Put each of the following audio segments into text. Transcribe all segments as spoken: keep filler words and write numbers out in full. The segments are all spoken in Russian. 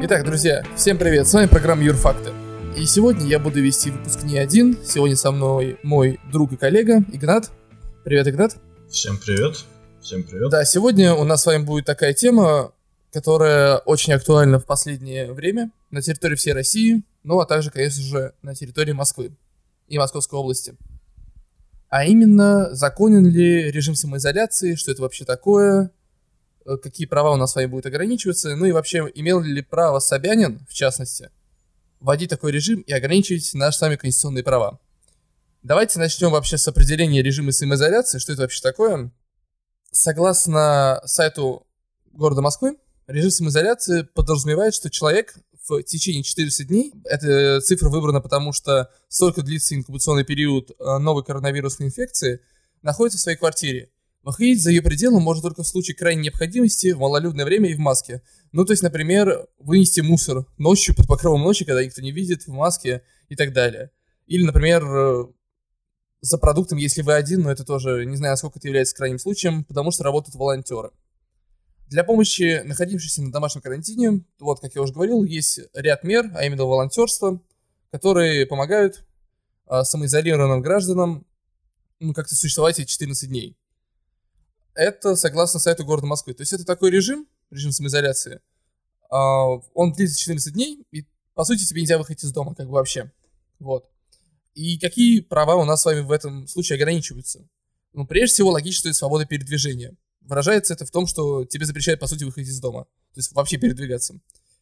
Итак, друзья, всем привет, с вами программа Юрфакты. И сегодня я буду вести выпуск не один. Сегодня со мной мой друг и коллега Игнат. Привет, Игнат. Всем привет. Всем привет. Да, сегодня у нас с вами будет такая тема, которая очень актуальна в последнее время на территории всей России, ну а также, конечно же, на территории Москвы и Московской области. А именно, законен ли режим самоизоляции, что это вообще такое, какие права у нас с вами будут ограничиваться, ну и вообще, имел ли право Собянин, в частности, вводить такой режим и ограничивать наши с вами конституционные права. Давайте начнем вообще с определения режима самоизоляции, что это вообще такое. Согласно сайту города Москвы, режим самоизоляции подразумевает, что человек в течение четырёхсот дней, эта цифра выбрана потому, что столько длится инкубационный период новой коронавирусной инфекции, находится в своей квартире. Выходить за ее пределы может только в случае крайней необходимости, в малолюдное время и в маске. Ну, то есть, например, вынести мусор ночью под покровом ночи, когда никто не видит, в маске и так далее. Или, например, за продуктом, если вы один, но это тоже, не знаю, насколько это является крайним случаем, потому что работают волонтеры. Для помощи находившимся на домашнем карантине, вот, как я уже говорил, есть ряд мер, а именно волонтерство, которые помогают а, самоизолированным гражданам ну, как-то существовать эти четырнадцать дней. Это согласно сайту города Москвы. То есть это такой режим, режим самоизоляции, а, он длится четырнадцать дней, и, по сути, тебе нельзя выходить из дома, как бы вообще. Вот. И какие права у нас с вами в этом случае ограничиваются? Ну, прежде всего, логично, это свобода передвижения. Выражается это в том, что тебе запрещают, по сути, выходить из дома. То есть вообще передвигаться.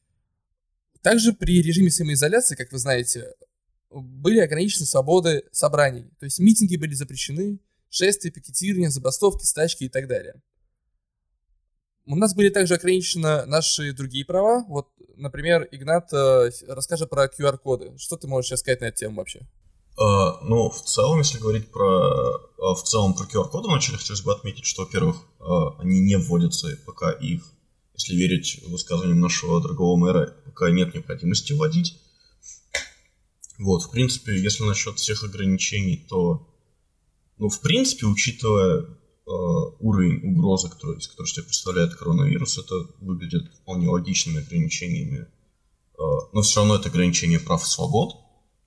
Также при режиме самоизоляции, как вы знаете, были ограничены свободы собраний. То есть митинги были запрещены, шествия, пикетирования, забастовки, стачки и так далее. У нас были также ограничены наши другие права. Вот, например, Игнат э, расскажет про ку ар коды. Что ты можешь сейчас сказать на эту тему вообще? Uh, ну, в целом, если говорить про, uh, в целом про ку ар коды, вначале хотелось бы отметить, что, во-первых, uh, они не вводятся, пока их, если верить высказываниям нашего дорогого мэра, пока нет необходимости вводить. Вот, в принципе, если насчет всех ограничений, то, ну, в принципе, учитывая uh, уровень угрозы, который, который себе представляет коронавирус, это выглядит вполне логичными ограничениями, uh, но все равно это ограничение прав и свобод.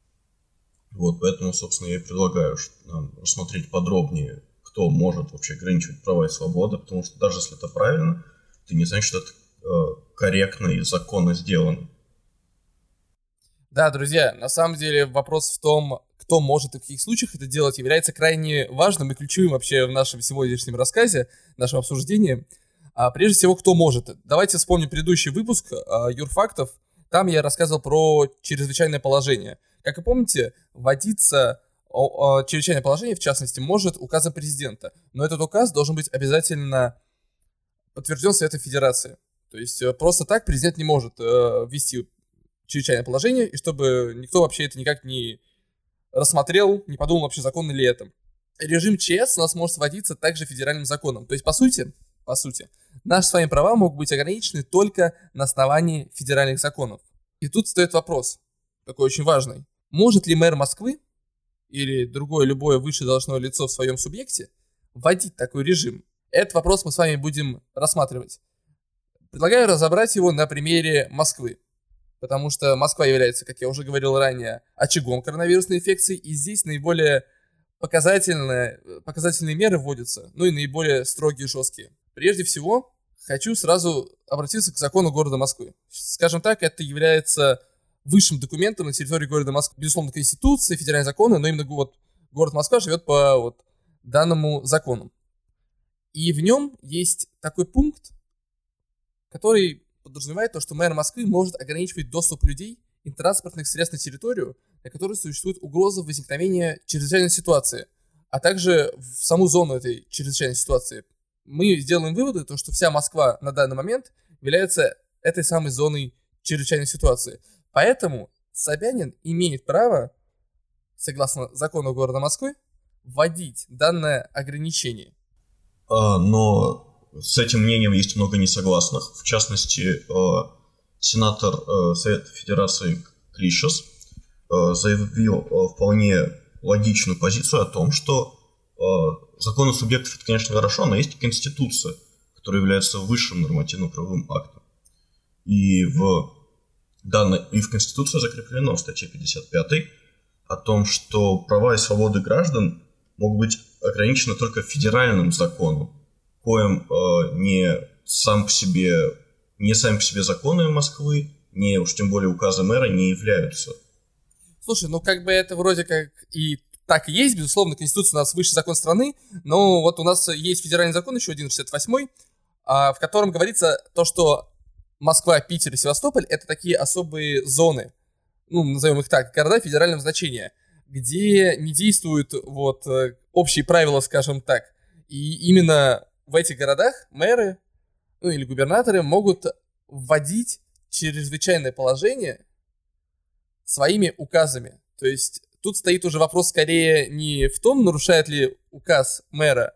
Вот, поэтому, собственно, я и предлагаю нам рассмотреть подробнее, кто может вообще ограничивать права и свободы, потому что даже если это правильно, это не значит, что это э, корректно и законно сделано. Да, друзья, на самом деле вопрос в том, кто может и в каких случаях это делать, является крайне важным и ключевым вообще в нашем сегодняшнем рассказе, в нашем обсуждении. А прежде всего, кто может. Давайте вспомним предыдущий выпуск а, Юрфактов. Там я рассказывал про чрезвычайное положение. Как вы помните, вводиться о, о, чрезвычайное положение, в частности, может указом президента. Но этот указ должен быть обязательно подтвержден Советом Федерации. То есть просто так президент не может э, ввести чрезвычайное положение, и чтобы никто вообще это никак не рассмотрел, не подумал вообще, законно ли это. Режим ЧС у нас может вводиться также федеральным законом. То есть, по сути, по сути, наши с вами права могут быть ограничены только на основании федеральных законов. И тут стоит вопрос, такой очень важный. Может ли мэр Москвы или другое любое высшее должностное лицо в своем субъекте вводить такой режим? Этот вопрос мы с вами будем рассматривать. Предлагаю разобрать его на примере Москвы. Потому что Москва является, как я уже говорил ранее, очагом коронавирусной инфекции. И здесь наиболее показательные, показательные меры вводятся. Ну и наиболее строгие и жесткие. Прежде всего, хочу сразу обратиться к закону города Москвы. Скажем так, это является высшим документом на территории города Москвы. Безусловно, Конституция, федеральные законы, но именно вот город Москва живет по вот данному закону. И в нем есть такой пункт, который подразумевает то, что мэр Москвы может ограничивать доступ людей и транспортных средств на территорию, на которой существует угроза возникновения чрезвычайной ситуации, а также в саму зону этой чрезвычайной ситуации. Мы сделаем выводы, то, что вся Москва на данный момент является этой самой зоной чрезвычайной ситуации. Поэтому Собянин имеет право, согласно закону города Москвы, вводить данное ограничение. А, но с этим мнением есть много несогласных. В частности, сенатор Совета Федерации Клишес заявил вполне логичную позицию о том, что законы субъектов — это, конечно, хорошо, но есть и Конституция, которая является высшим нормативно-правовым актом. И в Да, и в Конституции закреплено в статье пятьдесят пятой о том, что права и свободы граждан могут быть ограничены только федеральным законом, коим э, не сам по себе, не сами по себе законы Москвы, не уж тем более указы мэра не являются. Слушай, ну как бы это вроде как и так и есть, безусловно, Конституция у нас высший закон страны, но вот у нас есть федеральный закон еще один, шестьдесят восьмой, в котором говорится то, что Москва, Питер и Севастополь — это такие особые зоны, ну, назовем их так, города федерального значения, где не действуют вот общие правила, скажем так. И именно в этих городах мэры, ну или губернаторы могут вводить чрезвычайное положение своими указами. То есть тут стоит уже вопрос скорее не в том, нарушает ли указ мэра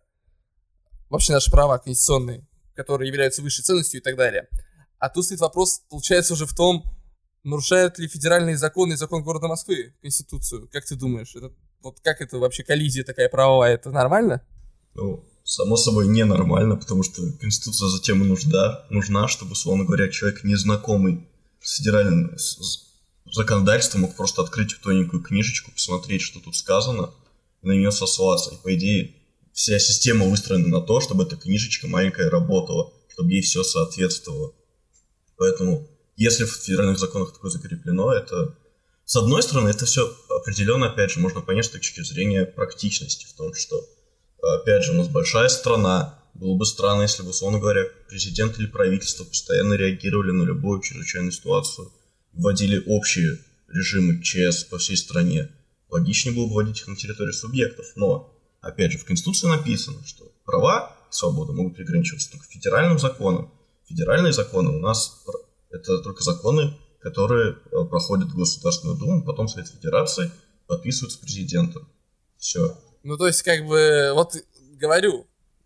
вообще наши права конституционные, которые являются высшей ценностью и так далее. А тут стоит вопрос, получается, уже в том, нарушают ли федеральные законы и закон города Москвы Конституцию. Как ты думаешь, это, вот как это вообще коллизия такая правовая, это нормально? Ну, само собой, ненормально, потому что Конституция затем и нужда, нужна, чтобы, условно говоря, человек, незнакомый с федеральным законодательством, мог просто открыть тоненькую книжечку, посмотреть, что тут сказано, и на нее сослаться. И, по идее, вся система выстроена на то, чтобы эта книжечка маленькая работала, чтобы ей все соответствовало. Поэтому, если в федеральных законах такое закреплено, это, с одной стороны, это все определенно, опять же, можно понять с точки зрения практичности, в том, что, опять же, у нас большая страна, было бы странно, если бы, условно говоря, президент или правительство постоянно реагировали на любую чрезвычайную ситуацию, вводили общие режимы ЧС по всей стране. Логичнее было бы вводить их на территории субъектов, но, опять же, в Конституции написано, что права и свободы могут ограничиваться только федеральным законом. Федеральные законы у нас это только законы, которые проходят в Государственную Думу, потом Совет Федерации подписываются президентом. Все. Ну, то есть, как бы, вот говорю,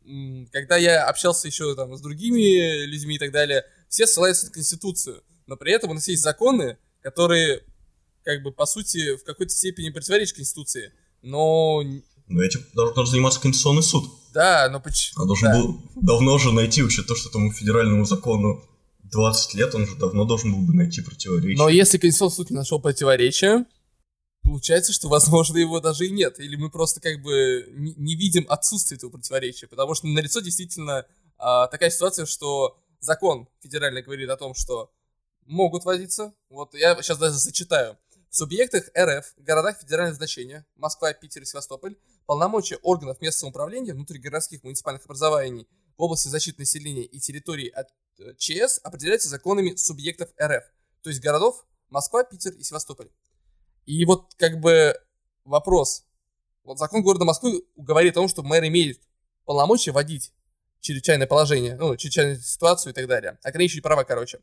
когда я общался еще там с другими людьми и так далее, все ссылаются на Конституцию, но при этом у нас есть законы, которые, как бы, по сути, в какой-то степени противоречат Конституции, но... Но этим должен заниматься Конституционный суд. Да, но почему? Он должен да. был давно уже найти, учитывая то, что этому федеральному закону двадцать лет, он же давно должен был бы найти противоречие. Но если Конституционный суд не нашел противоречия, получается, что, возможно, его даже и нет. Или мы просто как бы не, не видим отсутствие этого противоречия. Потому что налицо действительно а, такая ситуация, что закон федеральный говорит о том, что могут вводиться. Вот я сейчас даже зачитаю. В субъектах РФ, в городах федерального значения, Москва, Питер и Севастополь, полномочия органов местного самоуправления, внутригородских муниципальных образований в области защиты населения и территорий от ЧС определяются законами субъектов РФ. То есть городов Москва, Питер и Севастополь. И вот как бы вопрос. Вот закон города Москвы говорит о том, что мэр имеет полномочия вводить чрезвычайное положение, ну, чрезвычайную ситуацию и так далее. Ограничивать права, короче.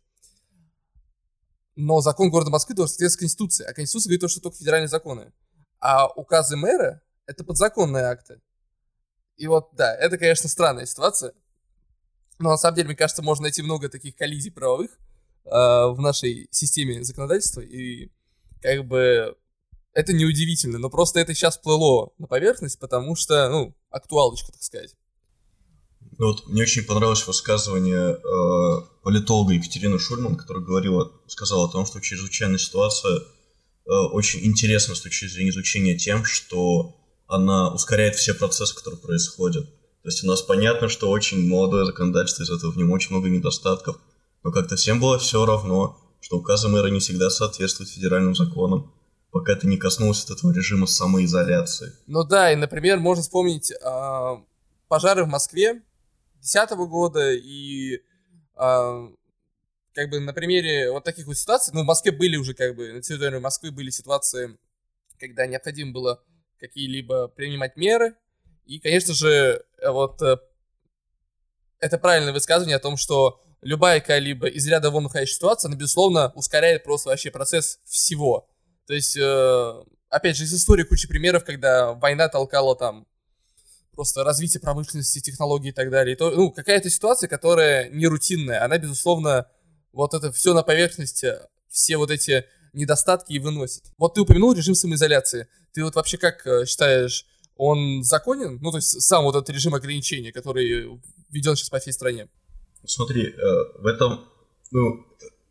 Но закон города Москвы должен соответствовать Конституции. А Конституция говорит, что только федеральные законы. А указы мэра — это подзаконные акты. И вот, да, это, конечно, странная ситуация. Но на самом деле, мне кажется, можно найти много таких коллизий правовых э, в нашей системе законодательства. И как бы это неудивительно. Но просто это сейчас всплыло на поверхность, потому что, ну, актуалочка, так сказать. Ну вот мне очень понравилось высказывание э, политолога Екатерины Шульман, которая говорила, сказала о том, что чрезвычайная ситуация э, очень интересна с точки зрения изучения тем, что она ускоряет все процессы, которые происходят. То есть у нас понятно, что очень молодое законодательство, из этого в нем очень много недостатков, но как-то всем было все равно, что указы мэра не всегда соответствуют федеральным законам, пока это не коснулось от этого режима самоизоляции. Ну да, и, например, можно вспомнить э, пожары в Москве две тысячи десятого года, и э, как бы на примере вот таких вот ситуаций, ну, в Москве были уже, как бы, на территории Москвы были ситуации, когда необходимо было какие-либо принимать меры, и, конечно же, вот э, это правильное высказывание о том, что любая какая-либо из ряда вон выходящая ситуация, она, безусловно, ускоряет просто вообще процесс всего. То есть, э, опять же, из истории куча примеров, когда война толкала там просто развитие промышленности, технологий и так далее. И то, ну, какая-то ситуация, которая не рутинная, она, безусловно, вот это все на поверхности, все вот эти недостатки и выносит. Вот ты упомянул режим самоизоляции. Ты вот вообще как считаешь, он законен? Ну, то есть сам вот этот режим ограничения, который введен сейчас по всей стране. Смотри, в этом, ну,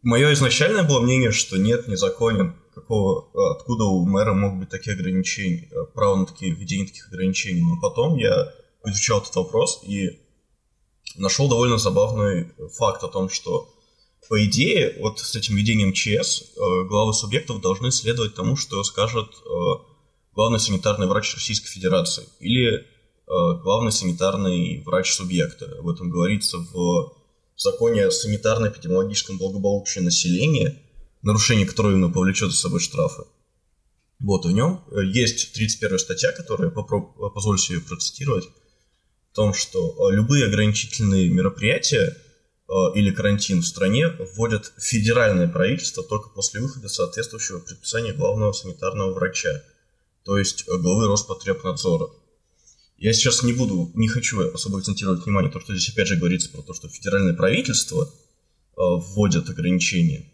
Мое изначальное было мнение, что нет, незаконен. Какого, откуда у мэра могут быть такие ограничения, право на такие введение таких ограничений. Но потом я изучал этот вопрос и нашел довольно забавный факт о том, что по идее, вот с этим введением ЧС главы субъектов должны следовать тому, что скажет главный санитарный врач Российской Федерации или главный санитарный врач субъекта. Об этом говорится в законе о санитарно-эпидемиологическом благополучии населения, нарушение которого именно повлечет за собой штрафы. Вот, в нем есть тридцать первая статья, которую я попро- позволю себе процитировать, в том, что любые ограничительные мероприятия э, или карантин в стране вводят федеральное правительство только после выхода соответствующего предписания главного санитарного врача, то есть главы Роспотребнадзора. Я сейчас не буду, не хочу особо акцентировать внимание, потому что здесь опять же говорится про то, что федеральное правительство э, вводит ограничения.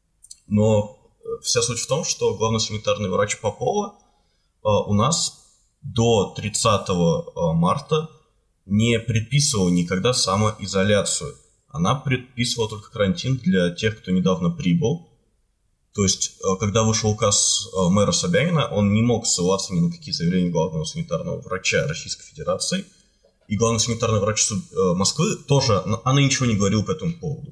Но вся суть в том, что главный санитарный врач Попова э, у нас до тридцатого марта не предписывала никогда самоизоляцию. Она предписывала только карантин для тех, кто недавно прибыл. То есть, когда вышел указ мэра Собянина, он не мог ссылаться ни на какие заявления главного санитарного врача Российской Федерации. И главный санитарный врач Москвы тоже, она ничего не говорила по этому поводу.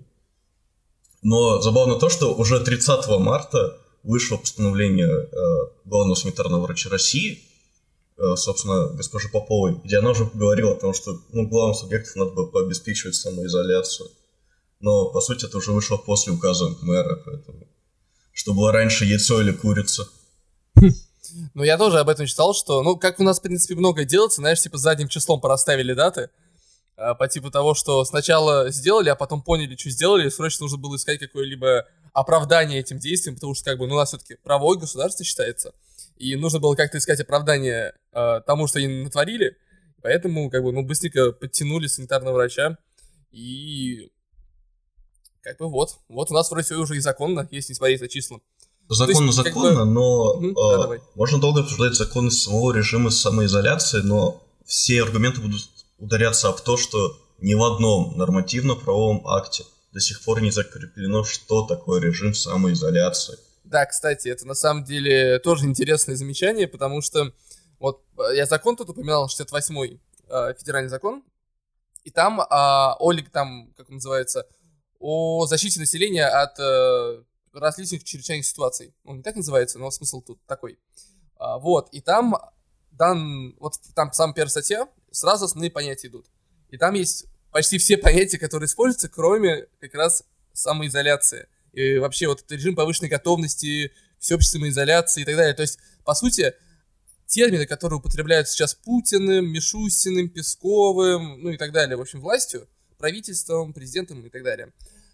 Но забавно то, что уже тридцатого марта вышло постановление главного санитарного врача России, собственно, госпожи Поповой, где она уже говорила о том, что ну, главным субъектам надо было пообеспечивать самоизоляцию. Но, по сути, это уже вышло после указа мэра, поэтому... Что было раньше, яйцо или курица? Ну, я тоже об этом читал, что, ну, как у нас, в принципе, много делается, знаешь, типа задним числом порасставили даты, по типу того, что сначала сделали, а потом поняли, что сделали, и срочно нужно было искать какое-либо оправдание этим действиям, потому что, как бы, ну, у нас все-таки правовое государство считается, и нужно было как-то искать оправдание э, тому, что они натворили, поэтому, как бы, ну, быстренько подтянули санитарного врача, и... Как бы вот, вот у нас вроде все уже и законно, если не смотреть на числа. Законно, есть, законно, как бы... но угу, э, да, можно долго обсуждать законность самого режима самоизоляции, но все аргументы будут ударяться об то, что ни в одном нормативно-правовом акте до сих пор не закреплено, что такое режим самоизоляции. Да, кстати, это на самом деле тоже интересное замечание, потому что вот я закон тут упоминал, шестьдесят восьмой э, федеральный закон, и там э, Олег, там, как он называется... о защите населения от э, различных чрезвычайных ситуаций. Он не так называется, но смысл тут такой. А, вот, и там, дан, вот там самая первая статья, сразу основные понятия идут. И там есть почти все понятия, которые используются, кроме как раз самоизоляции. И вообще вот этот режим повышенной готовности, всеобщей самоизоляции и так далее. То есть, по сути, термины, которые употребляются сейчас Путиным, Мишустиным, Песковым, ну и так далее, в общем, властью, правительством, президентом и так далее,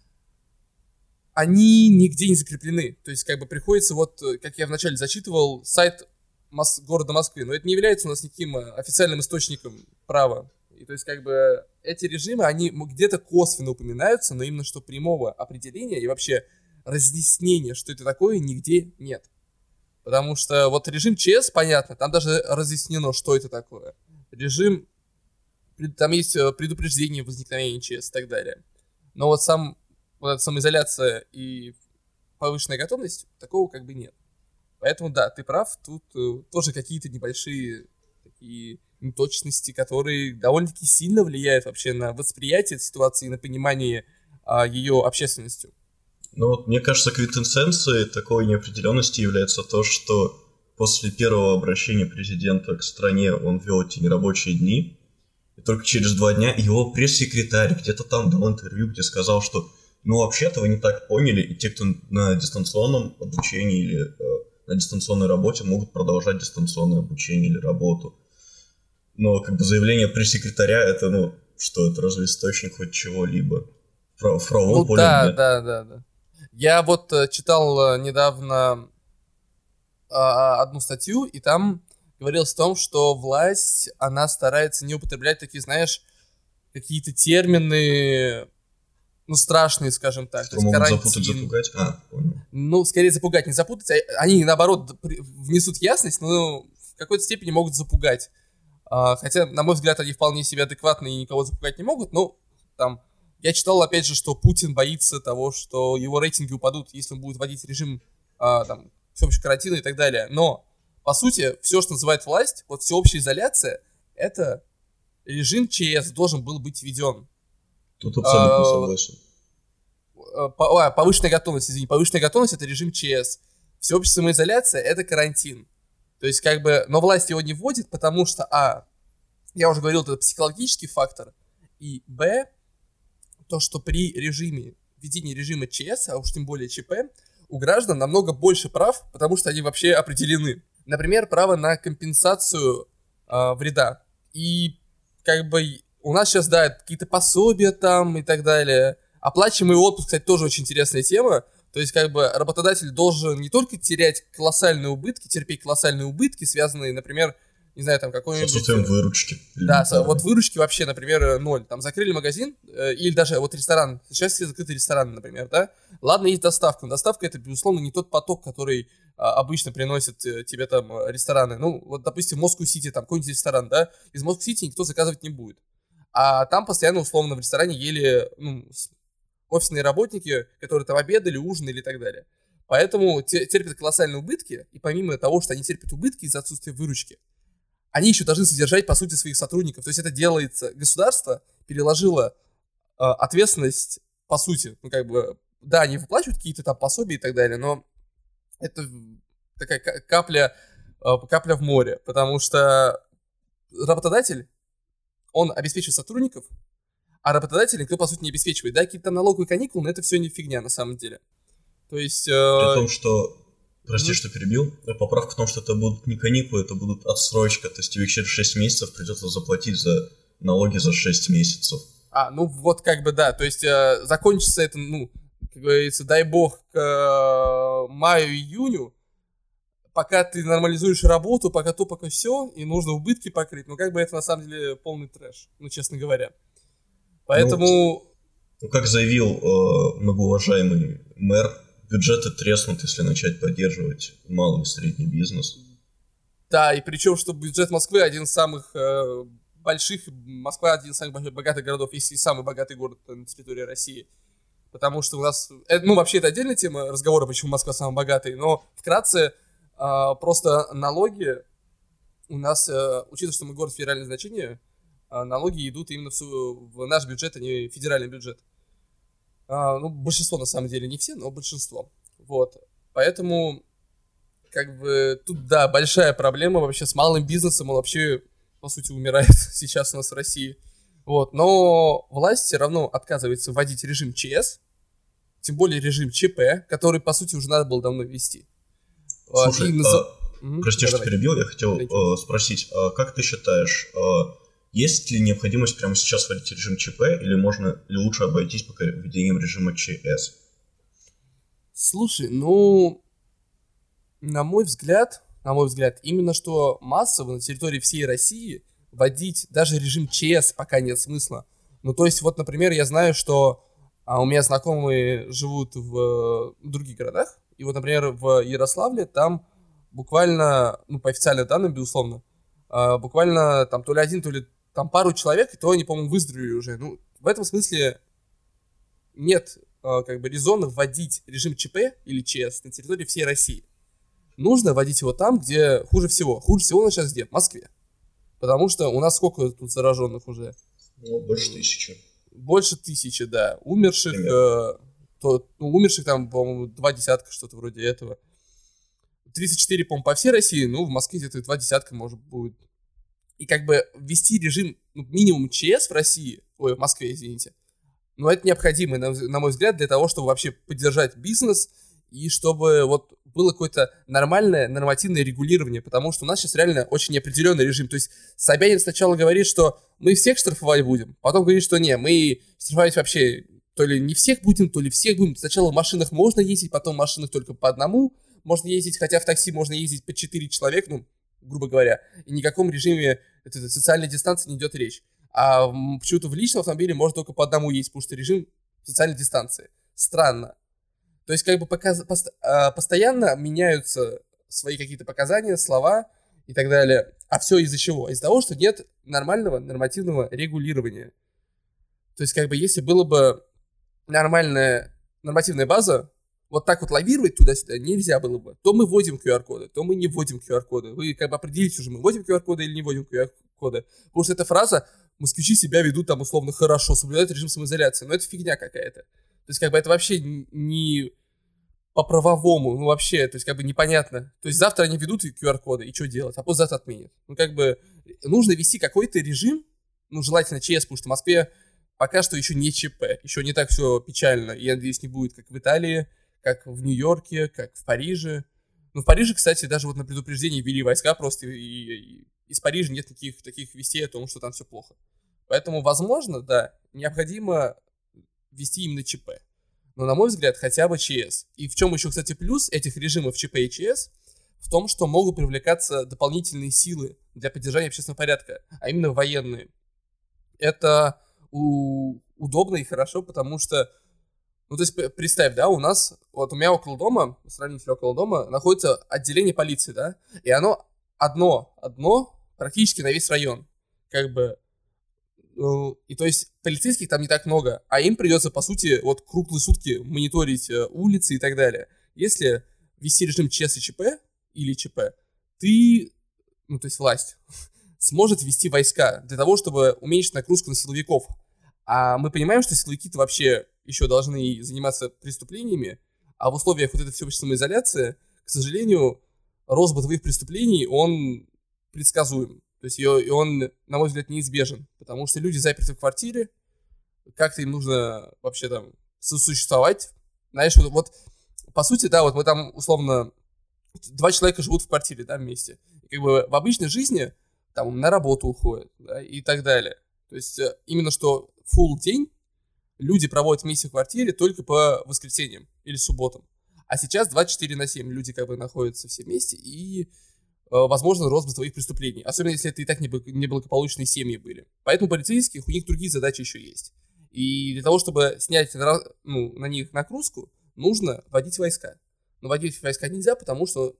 они нигде не закреплены. То есть, как бы приходится, вот, как я вначале зачитывал, сайт Мос- города Москвы, но это не является у нас никаким официальным источником права. И то есть, как бы, эти режимы, они где-то косвенно упоминаются, но именно что прямого определения и вообще разъяснения, что это такое, нигде нет. Потому что вот режим ЧС, понятно, там даже разъяснено, что это такое. Режим, там есть предупреждение возникновения ЧС и так далее. Но вот сам, вот эта самоизоляция и повышенная готовность, такого как бы нет. Поэтому, да, ты прав, тут э, тоже какие-то небольшие такие неточности, которые довольно-таки сильно влияют вообще на восприятие этой ситуации и на понимание а, ее общественностью. Ну вот, мне кажется, квинтэссенцией такой неопределенности является то, что после первого обращения президента к стране он ввел эти нерабочие дни, и только через два дня его пресс-секретарь где-то там дал интервью, где сказал, что ну вообще-то вы не так поняли, и те, кто на дистанционном обучении или э, на дистанционной работе, могут продолжать дистанционное обучение или работу. Но как бы заявление пресс-секретаря, это, ну, что это, разве источник хоть чего-либо? В, в правовом ну, поле да, нет. да, да, да. Я вот э, читал э, недавно э, одну статью, и там говорилось о том, что власть, она старается не употреблять такие, знаешь, какие-то термины, ну, страшные, скажем так. Что могут карантин. Запутать, запугать? А, понял. Ну, скорее запугать, не запутать. Они, наоборот, внесут ясность, но в какой-то степени могут запугать. А, хотя, на мой взгляд, они вполне себе адекватны и никого запугать не могут, но там Я читал, опять же, что Путин боится того, что его рейтинги упадут, если он будет вводить режим а, там, всеобщего карантина и так далее. Но, по сути, все, что называет власть, вот всеобщая изоляция, это режим ЧС должен был быть введен. Тут абсолютно а, согласен. По, а, повышенная готовность, извини, повышенная готовность — это режим ЧС. Всеобщая самоизоляция — это карантин. То есть, как бы, но власть его не вводит, потому что, а, я уже говорил, это психологический фактор, и, б, то, что при режиме, введении режима ЧС, а уж тем более ЧП, у граждан намного больше прав, потому что они вообще определены. Например, право на компенсацию э, вреда. И, как бы, у нас сейчас, да, какие-то пособия там и так далее. Оплачиваемый отпуск, кстати, тоже очень интересная тема. То есть, как бы, работодатель должен не только терять колоссальные убытки, терпеть колоссальные убытки, связанные, например, не знаю, там, какой-нибудь... С отсутствием выручки. Да, да, вот выручки вообще, например, ноль. Там, закрыли магазин, э, или даже вот ресторан. Сейчас все закрыты рестораны, например, да? Ладно, есть доставка, но доставка — это, безусловно, не тот поток, который а, обычно приносят э, тебе там рестораны. Ну, вот, допустим, в Москву-Сити, там, какой-нибудь ресторан, да? Из Москвы-Сити никто заказывать не будет. А там постоянно, условно, в ресторане ели, ну, офисные работники, которые там обедали, ужинали и так далее. Поэтому терпят колоссальные убытки, и помимо того, что они терпят убытки из-за отсутствия выручки, они еще должны содержать, по сути, своих сотрудников. То есть это делается, государство переложило э, ответственность, по сути, ну, как бы, да, они выплачивают какие-то там пособия и так далее, но это такая капля, э, капля в море, потому что работодатель, он обеспечивает сотрудников, а работодатель никто, по сути, не обеспечивает. Да, какие-то там налоговые каникулы, но это все не фигня, на самом деле. То есть... Э... При том, что... Прости, mm-hmm. что перебил. Поправка в том, что это будут не каникулы, это будут отсрочка. То есть тебе через шесть месяцев придется заплатить за налоги за шесть месяцев. А, ну вот как бы да. То есть э, закончится это, ну, как говорится, дай бог, к э, маю-июню, пока ты нормализуешь работу, пока то, пока все, и нужно убытки покрыть. Ну как бы это на самом деле полный трэш, ну честно говоря. Поэтому... Ну, ну как заявил э, многоуважаемый мэр, бюджеты треснут, если начать поддерживать малый и средний бизнес. Да, и причем, что бюджет Москвы один из самых э, больших, Москва один из самых богатых городов, если не самый богатый город на территории России. Потому что у нас, э, ну вообще это отдельная тема разговора, почему Москва самый богатый, но вкратце э, просто налоги у нас, э, учитывая, что мы город федерального значения, э, налоги идут именно в, в наш бюджет, а не федеральный бюджет. Uh, ну, большинство, на самом деле, не все, но большинство. Вот. Поэтому, как бы, тут, да, большая проблема вообще с малым бизнесом. Он вообще, по сути, умирает сейчас у нас в России. Вот. Но власть все равно отказывается вводить режим ЧС, тем более режим ЧП, который, по сути, уже надо было давно ввести. Слушай, uh, а, mm-hmm. прости, да, что давай. перебил, я хотел uh, спросить, uh, как ты считаешь... Uh, Есть ли необходимость прямо сейчас вводить режим ЧП, или можно, или лучше обойтись пока введением режима ЧС? Слушай, ну, на мой взгляд, на мой взгляд, именно что массово на территории всей России вводить даже режим ЧС пока нет смысла. Ну, то есть, вот, например, я знаю, что а, у меня знакомые живут в, в других городах, и вот, например, в Ярославле там буквально, ну, по официальным данным, безусловно, а, буквально там то ли один, то ли там пару человек, и то они, по-моему, выздоровели уже. Ну, в этом смысле нет э, как бы резона вводить режим ЧП или ЧС на территории всей России. Нужно вводить его там, где хуже всего. Хуже всего у нас сейчас где? В Москве. Потому что у нас сколько тут зараженных уже? Ну, больше тысячи. Больше тысячи, да. Умерших, э, то, ну, умерших там, по-моему, два десятка, что-то вроде этого. тридцать четыре, по-моему, по всей России, ну, в Москве где-то два десятка, может, будет. И как бы ввести режим, ну, минимум ЧС в России, ой, в Москве, извините, но это необходимо, на, на мой взгляд, для того, чтобы вообще поддержать бизнес и чтобы вот было какое-то нормальное нормативное регулирование, потому что у нас сейчас реально очень неопределенный режим. То есть Собянин сначала говорит, что мы всех штрафовать будем, потом говорит, что не, мы штрафовать вообще то ли не всех будем, то ли всех будем. Сначала в машинах можно ездить, потом в машинах только по одному можно ездить, хотя в такси можно ездить по четыре человека, ну, грубо говоря, и ни о каком режиме это, социальной дистанции не идет речь. А почему-то в личном автомобиле можно только по одному ездить, потому что режим социальной дистанции. Странно. То есть как бы показ... пост... а, постоянно меняются свои какие-то показания, слова и так далее. А все из-за чего? Из-за того, что нет нормального нормативного регулирования. То То есть, как бы, если было бы нормальная нормативная база, вот так вот лавировать туда-сюда нельзя было бы. То мы вводим ку ар-коды, то мы не вводим ку ар-коды. Вы как бы определитесь уже, мы вводим ку ар-коды или не вводим ку ар-коды. Потому что эта фраза «москвичи себя ведут там условно хорошо, соблюдают режим самоизоляции». Но это фигня какая-то. То есть как бы это вообще не по-правовому, ну вообще, то есть как бы непонятно. То есть завтра они ведут ку ар-коды, и что делать? А послезавтра отменят. Ну как бы нужно вести какой-то режим, ну желательно ЧС, потому что в Москве пока что еще не ЧП, еще не так все печально. И я надеюсь, не будет, как в Италии, как в Нью-Йорке, как в Париже. Ну, в Париже, кстати, даже вот на предупреждении ввели войска просто, и, и из Парижа нет никаких таких вестей о том, что там все плохо. Поэтому, возможно, да, необходимо ввести именно ЧП. Но, на мой взгляд, хотя бы ЧС. И в чем еще, кстати, плюс этих режимов ЧП и ЧС? В том, что могут привлекаться дополнительные силы для поддержания общественного порядка, а именно военные. Это у... удобно и хорошо, потому что ну, то есть, представь, да, у нас, вот у меня около дома, сравнительно около дома, находится отделение полиции, да, и оно одно, одно практически на весь район, как бы, ну, и то есть полицейских там не так много, а им придется, по сути, вот круглые сутки мониторить э, улицы и так далее. Если ввести режим ЧС и ЧП, или ЧП, ты, ну, то есть власть, сможет ввести войска для того, чтобы уменьшить нагрузку на силовиков. А мы понимаем, что силовики-то вообще еще должны заниматься преступлениями, а в условиях вот этой всеобщей самоизоляции, к сожалению, рост бытовых преступлений, он предсказуем. То есть и он, на мой взгляд, неизбежен, потому что люди заперты в квартире, как-то им нужно вообще там сосуществовать. Знаешь, вот, вот по сути, да, вот мы там условно два человека живут в квартире, да, вместе. И как бы в обычной жизни там на работу уходят, да, и так далее. То есть именно что full день люди проводят вместе в квартире только по воскресеньям или субботам. А сейчас двадцать четыре на семь люди как бы находятся все вместе, и, э, возможно, рост бытовых преступлений. Особенно, если это и так неблагополучные семьи были. Поэтому полицейских, у них другие задачи еще есть. И для того, чтобы снять ну, на них нагрузку, нужно вводить войска. Но вводить войска нельзя, потому что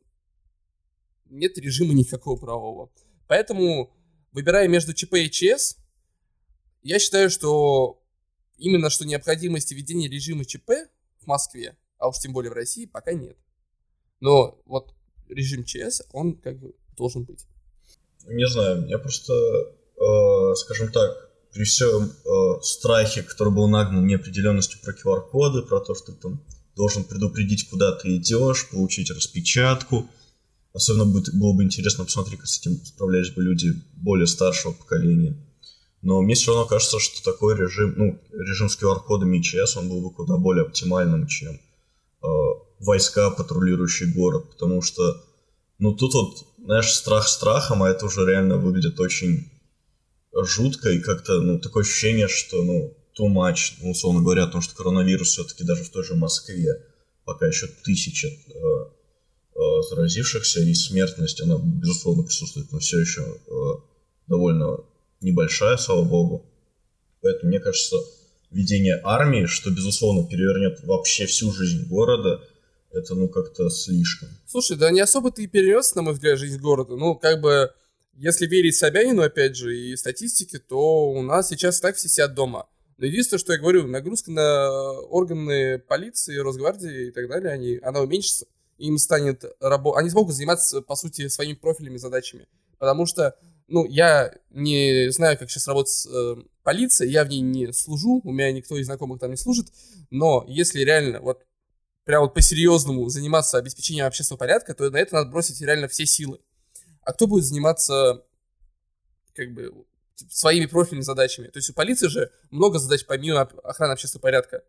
нет режима никакого правового. Поэтому, выбирая между ЧП и ЧС, я считаю, что именно что необходимости введения режима ЧП в Москве, а уж тем более в России, пока нет. Но вот режим ЧС, он как бы должен быть. Не знаю, я просто, э, скажем так, при всем э, страхе, который был нагнан неопределенностью про ку ар-коды, про то, что ты там должен предупредить, куда ты идешь, получить распечатку. Особенно будет, было бы интересно посмотреть, как с этим справлялись бы люди более старшего поколения. Но мне все равно кажется, что такой режим, ну, режим с ку ар-кодами и ЧС, он был бы куда более оптимальным, чем э, войска, патрулирующие город. Потому что, ну, тут вот, знаешь, страх страхом, а это уже реально выглядит очень жутко. И как-то, ну, такое ощущение, что, ну, too much, ну, условно говоря, потому что коронавирус все-таки даже в той же Москве пока еще тысяча э, э, заразившихся, и смертность, она, безусловно, присутствует, но все еще э, довольно небольшая, слава богу. Поэтому, мне кажется, введение армии, что, безусловно, перевернет вообще всю жизнь города, это, ну, как-то слишком. Слушай, да не особо-то и перенес, на мой взгляд, жизнь города. Ну, как бы, если верить Собянину, опять же, и статистике, то у нас сейчас и так все сидят дома. Но единственное, что я говорю, нагрузка на органы полиции, Росгвардии и так далее, они, она уменьшится. Им станет рабо... Они смогут заниматься, по сути, своими профильными задачами. Потому что, ну, я не знаю, как сейчас работает э, полиция, я в ней не служу, у меня никто из знакомых там не служит, но если реально вот прям вот по-серьезному заниматься обеспечением общественного порядка, то на это надо бросить реально все силы. А кто будет заниматься, как бы, своими профильными задачами? То есть у полиции же много задач помимо охраны общественного порядка.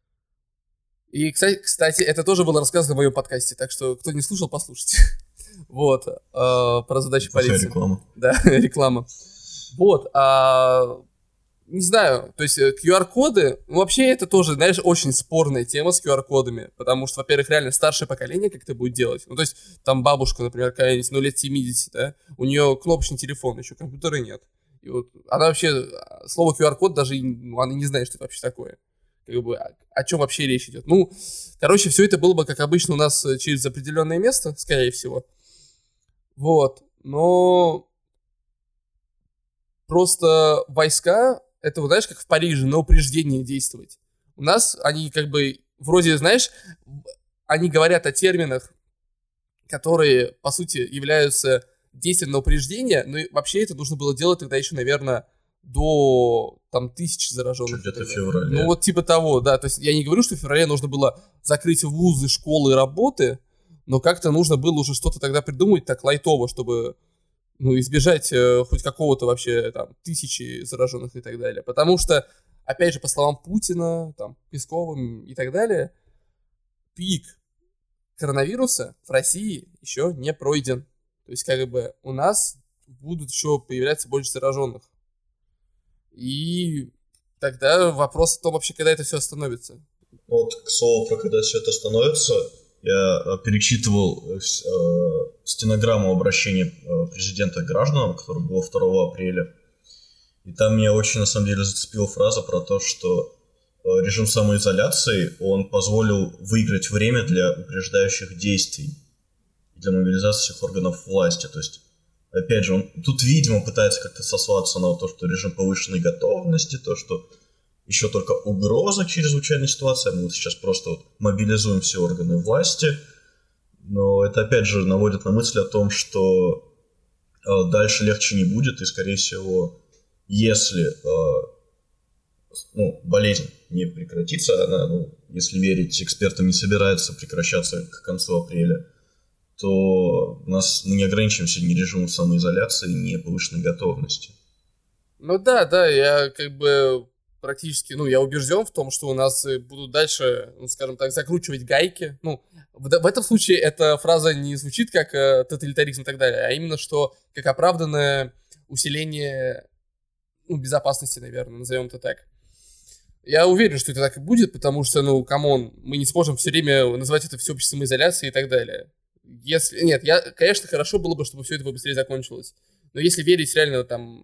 И, кстати, кстати, это тоже было рассказано в моем подкасте, так что, кто не слушал, послушайте. Вот, э, про задачи полиции. Реклама. Да, реклама. Вот, а, не знаю, то есть ку ар-коды, ну, вообще это тоже, знаешь, очень спорная тема с ку ар-кодами, потому что, во-первых, реально старшее поколение как это будет делать. Ну, то есть там бабушка, например, какая-нибудь, ну, лет семьдесят, да, у нее кнопочный телефон, еще компьютера нет. И вот она вообще, слово ку ар-код даже, ну, она не знает, что это вообще такое. Как бы, о, о чем вообще речь идет. Ну, короче, все это было бы, как обычно, у нас через определенное место, скорее всего. Вот, но просто войска, это, вот, знаешь, как в Париже, на упреждение действовать. У нас они как бы, вроде, знаешь, они говорят о терминах, которые, по сути, являются действием на упреждение, но вообще это нужно было делать тогда еще, наверное, до там тысячи зараженных. Где-то в феврале. Ну вот типа того, да. То есть я не говорю, что в феврале нужно было закрыть вузы, школы, работы, но как-то нужно было уже что-то тогда придумать так лайтово, чтобы, ну, избежать э, хоть какого-то вообще там тысячи зараженных и так далее. Потому что, опять же, по словам Путина, там, Пескова и так далее, пик коронавируса в России еще не пройден. То есть, как бы, у нас будут еще появляться больше зараженных. И тогда вопрос о том вообще, когда это все остановится. Вот, к слову, про когда все это остановится, я перечитывал э, стенограмму обращения э, президента к гражданам, которое было второго апреля. И там меня очень, на самом деле, зацепила фраза про то, что э, режим самоизоляции, он позволил выиграть время для упреждающих действий, для мобилизации всех органов власти. То есть, опять же, он тут, видимо, пытается как-то сослаться на то, что режим повышенной готовности, то, что еще только угроза чрезвычайной ситуации, мы сейчас просто вот мобилизуем все органы власти. Но это, опять же, наводит на мысль о том, что э, дальше легче не будет, и, скорее всего, если э, ну, болезнь не прекратится, она, ну, если верить экспертам, не собирается прекращаться к концу апреля, то у нас мы не ограничимся ни режимом самоизоляции, ни повышенной готовностью. Ну да, да, я как бы практически, ну, я убежден в том, что у нас будут дальше, ну, скажем так, закручивать гайки. Ну, в, в этом случае эта фраза не звучит как э, тоталитаризм и так далее, а именно что как оправданное усиление, ну, безопасности, наверное, назовем это так. Я уверен, что это так и будет, потому что, ну, камон, мы не сможем все время называть это всеобщей самоизоляцией и так далее. Если... Нет, я, конечно, хорошо было бы, чтобы все это побыстрее закончилось. Но если верить реально там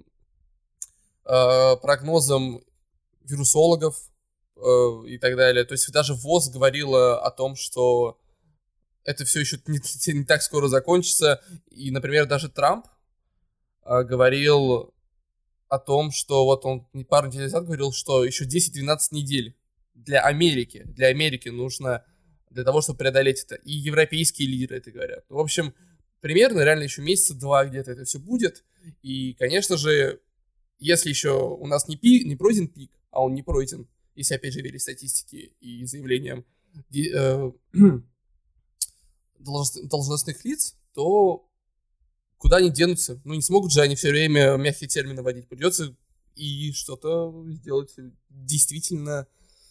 э, прогнозам вирусологов э, и так далее, то есть даже ВОЗ говорила о том, что это все еще не, не так скоро закончится. И, например, даже Трамп э, говорил о том, что вот он пару недель назад говорил, что еще десять-двенадцать недель для Америки, для Америки нужно для того, чтобы преодолеть это. И европейские лидеры это говорят. В общем, примерно реально еще месяца два где-то это все будет. И, конечно же, если еще у нас не, пик, не пройден пик, а он не пройден, если опять же верить статистике и заявлениям э, должностных лиц, то куда они денутся? Ну, не смогут же они все время мягкие термины вводить. Придется и что-то сделать действительно,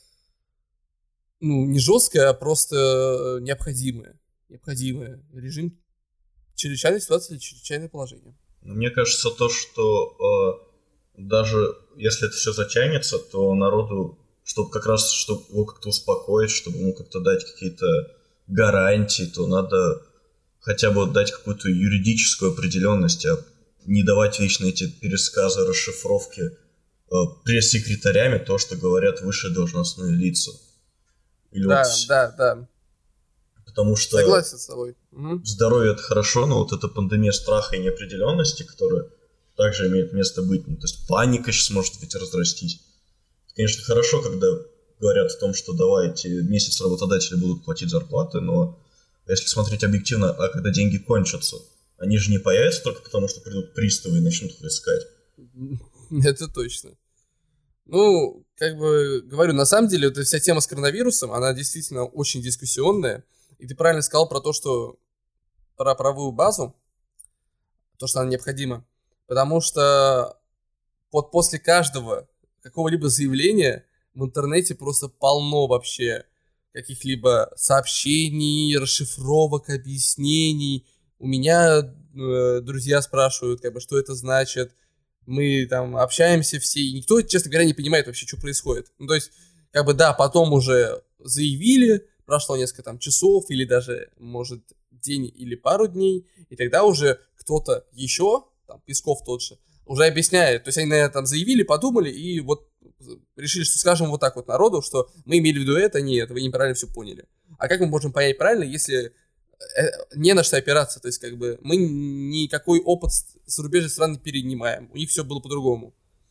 ну, не жесткое, а просто необходимое. Необходимое. Режим чрезвычайной ситуации или чрезвычайное положение. Мне кажется, то, что э, даже если это все затянется, то народу, чтобы как раз, чтобы его как-то успокоить, чтобы ему как-то дать какие-то гарантии, то надо хотя бы дать какую-то юридическую определенность, а не давать вечно эти пересказы, расшифровки э, пресс-секретарями, то, что говорят высшие должностные лица. Или да, вот... да, да. Потому что согласен с тобой. Угу. Здоровье — это хорошо, но вот эта пандемия страха и неопределенности, которая также имеет место быть, ну, то есть паника сейчас может быть разрастись. Это, конечно, хорошо, когда говорят о том, что давайте месяц работодатели будут платить зарплаты, но если смотреть объективно, а когда деньги кончатся, они же не появятся только потому, что придут приставы и начнут их искать. Это точно. Ну, как бы говорю, на самом деле, эта вся тема с коронавирусом, она действительно очень дискуссионная. И ты правильно сказал про то, что про правовую базу, то, что она необходима. Потому что вот после каждого какого-либо заявления в интернете просто полно вообще каких-либо сообщений, расшифровок, объяснений. У меня э, друзья спрашивают, как бы, что это значит. Мы там общаемся все, и никто, честно говоря, не понимает вообще, что происходит. Ну, то есть, как бы, да, потом уже заявили, прошло несколько там часов, или даже, может, день или пару дней, и тогда уже кто-то еще, там, Песков тот же, уже объясняет. То есть, они, наверное, там заявили, подумали, и вот решили, что скажем вот так вот народу, что мы имели в виду это, не это, вы неправильно все поняли. А как мы можем понять правильно, если не на что опираться? То есть, как бы, мы никакой опыт зарубежных стран не перенимаем. У них все было по-другому.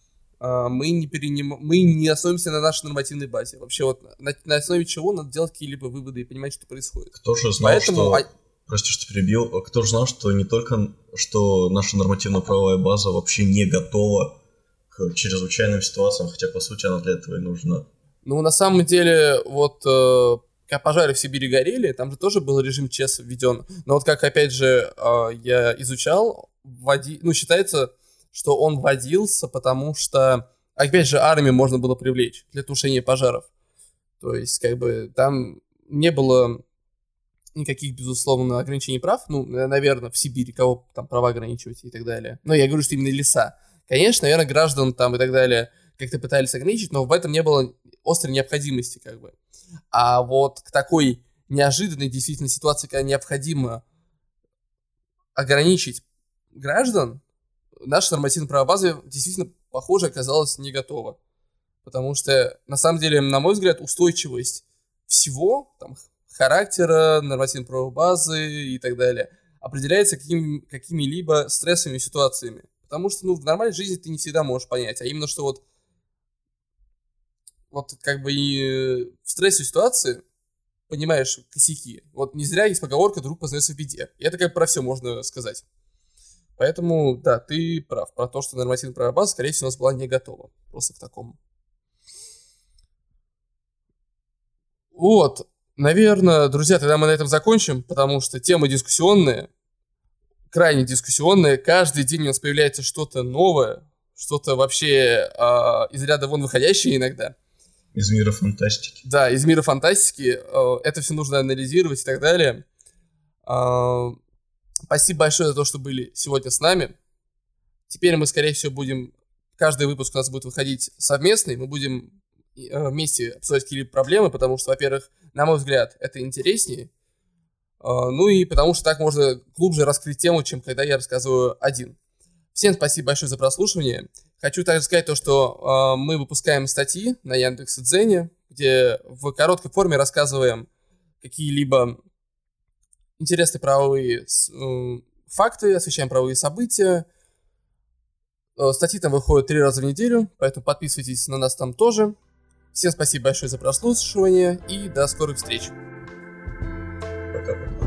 а, мы не переним... мы не основываемся на нашей нормативной базе. Вообще вот на, на основе чего надо делать какие-либо выводы и понимать, что происходит. Кто же знал, Поэтому... что... Прости, что перебил. Кто же знал, что не только, что наша нормативно-правовая база вообще не готова к чрезвычайным ситуациям, хотя, по сути, она для этого и нужна. Ну, на самом деле, вот, э, когда пожары в Сибири горели, там же тоже был режим ЧС введен. Но вот как, опять же, э, я изучал, вводи... ну, считается, что он вводился, потому что, опять же, армию можно было привлечь для тушения пожаров. То есть, как бы, там не было никаких, безусловно, ограничений прав. Ну, наверное, в Сибири кого там права ограничивать и так далее. Но я говорю, что именно леса. Конечно, наверное, граждан там и так далее как-то пытались ограничить, но в этом не было острой необходимости, как бы. А вот к такой неожиданной действительно ситуации, когда необходимо ограничить граждан, наша нормативно-правовая база действительно, похоже, оказалась не готова. Потому что, на самом деле, на мой взгляд, устойчивость всего, там, характера, нормативно-правовой базы и так далее, определяется каким, какими-либо стрессовыми ситуациями. Потому что, ну, в нормальной жизни ты не всегда можешь понять, а именно, что вот вот как бы и в стрессовой ситуации понимаешь косяки. Вот не зря есть поговорка «друг познается в беде». И это как бы про все можно сказать. Поэтому, да, ты прав про то, что нормативно-правовая база, скорее всего, у нас была не готова. Просто к такому. Вот. Наверное, друзья, тогда мы на этом закончим, потому что тема дискуссионная, крайне дискуссионная. Каждый день у нас появляется что-то новое, что-то вообще э, из ряда вон выходящее иногда. Из мира фантастики. Да, из мира фантастики. Э, это все нужно анализировать и так далее. Э, спасибо большое за то, что были сегодня с нами. Теперь мы, скорее всего, будем... Каждый выпуск у нас будет выходить совместный. Мы будем э, вместе обсуждать какие-либо проблемы, потому что, во-первых, на мой взгляд, это интереснее. Ну и потому что так можно глубже раскрыть тему, чем когда я рассказываю один. Всем спасибо большое за прослушивание. Хочу также сказать то, что мы выпускаем статьи на Яндекс.Дзене, где в короткой форме рассказываем какие-либо интересные правовые факты, освещаем правовые события. Статьи там выходят три раза в неделю, поэтому подписывайтесь на нас там тоже. Всем спасибо большое за прослушивание и до скорых встреч. Пока-пока.